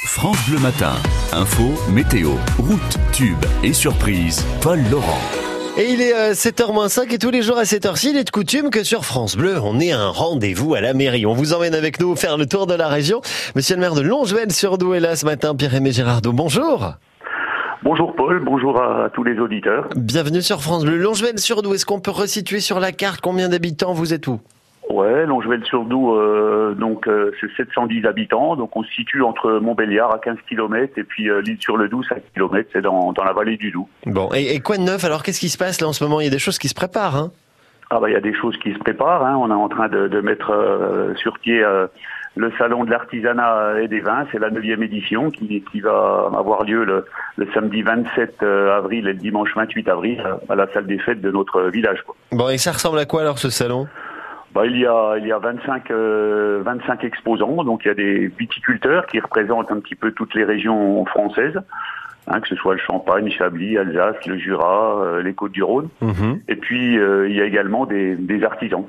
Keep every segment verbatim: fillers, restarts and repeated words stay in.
France Bleu Matin. Info, météo, route, tube et surprise. Paul Laurent. Et il est euh, sept heures moins cinq et tous les jours à cette heure-ci, il est de coutume que sur France Bleu, on ait un rendez-vous à la mairie. On vous emmène avec nous faire le tour de la région. Monsieur le maire de Longevelle-sur-Doubs est là ce matin, Pierre-Aimé Girardot. Bonjour. Bonjour Paul, bonjour à tous les auditeurs. Bienvenue sur France Bleu. Longevelle-sur-Doubs, est-ce qu'on peut resituer sur la carte combien d'habitants vous êtes où? Ouais, Longevelle-sur-Doubs, euh, donc euh, c'est sept cent dix habitants, donc on se situe entre Montbéliard à quinze kilomètres et puis euh, l'Île-sur-le-Doubs cinq kilomètres, c'est dans, dans la vallée du Doubs. Bon, et, et quoi de neuf alors? Qu'est-ce qui se passe là en ce moment? Il y a des choses qui se préparent, hein? Ah bah il y a des choses qui se préparent, hein. On est en train de, de mettre euh, sur pied euh, le salon de l'artisanat et des vins, c'est la neuvième édition qui, qui va avoir lieu le, le samedi vingt-sept avril et le dimanche vingt-huit avril à la salle des fêtes de notre village, quoi. Bon, et ça ressemble à quoi alors ce salon? Bah, il y a il y a vingt-cinq euh, vingt-cinq exposants, donc il y a des viticulteurs qui représentent un petit peu toutes les régions françaises, hein, que ce soit le Champagne, Chablis, Alsace, le Jura, euh, les Côtes-du-Rhône. Mmh. Et puis euh, il y a également des, des artisans,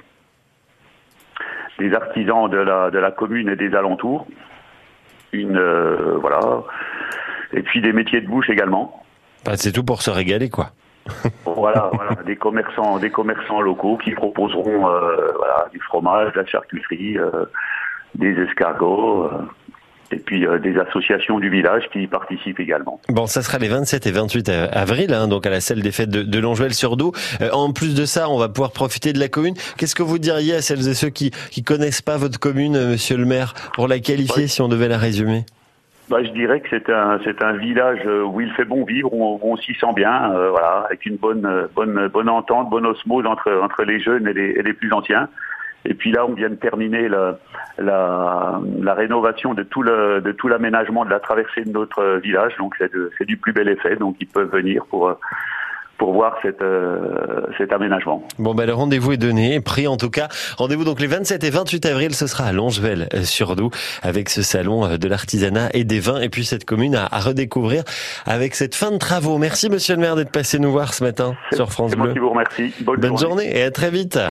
des artisans de la de la commune et des alentours. Une euh, voilà, et puis des métiers de bouche également. Bah, c'est tout pour se régaler, quoi. Voilà, voilà, des commerçants, des commerçants locaux qui proposeront euh, voilà, du fromage, de la charcuterie, euh, des escargots, euh, et puis euh, des associations du village qui y participent également. Bon, ça sera les vingt-sept et vingt-huit avril, hein, donc à la salle des fêtes de, de Longevelle-sur-Doubs. Euh, en plus de ça, on va pouvoir profiter de la commune. Qu'est-ce que vous diriez à celles et ceux qui qui connaissent pas votre commune, Monsieur le maire, pour la qualifier, ouais, si on devait la résumer? Bah, je dirais que c'est un c'est un village où il fait bon vivre, où on, où on s'y sent bien, euh, voilà, avec une bonne bonne bonne entente, bonne osmose entre entre les jeunes et les, et les plus anciens. Et puis là, on vient de terminer la la, la rénovation de tout le de tout l'aménagement de la traversée de notre village, donc c'est de, c'est du plus bel effet. Donc ils peuvent venir pour pour voir cette, euh, cet aménagement. Bon, ben, le rendez-vous est donné, pris en tout cas. Rendez-vous donc les vingt-sept et vingt-huit avril, ce sera à Longevelle-sur-Doubs, avec ce salon de l'artisanat et des vins, et puis cette commune à, à redécouvrir avec cette fin de travaux. Merci monsieur le maire d'être passé nous voir ce matin sur France Bleu. C'est moi qui vous remercie. Bonne, Bonne journée. journée et à très vite.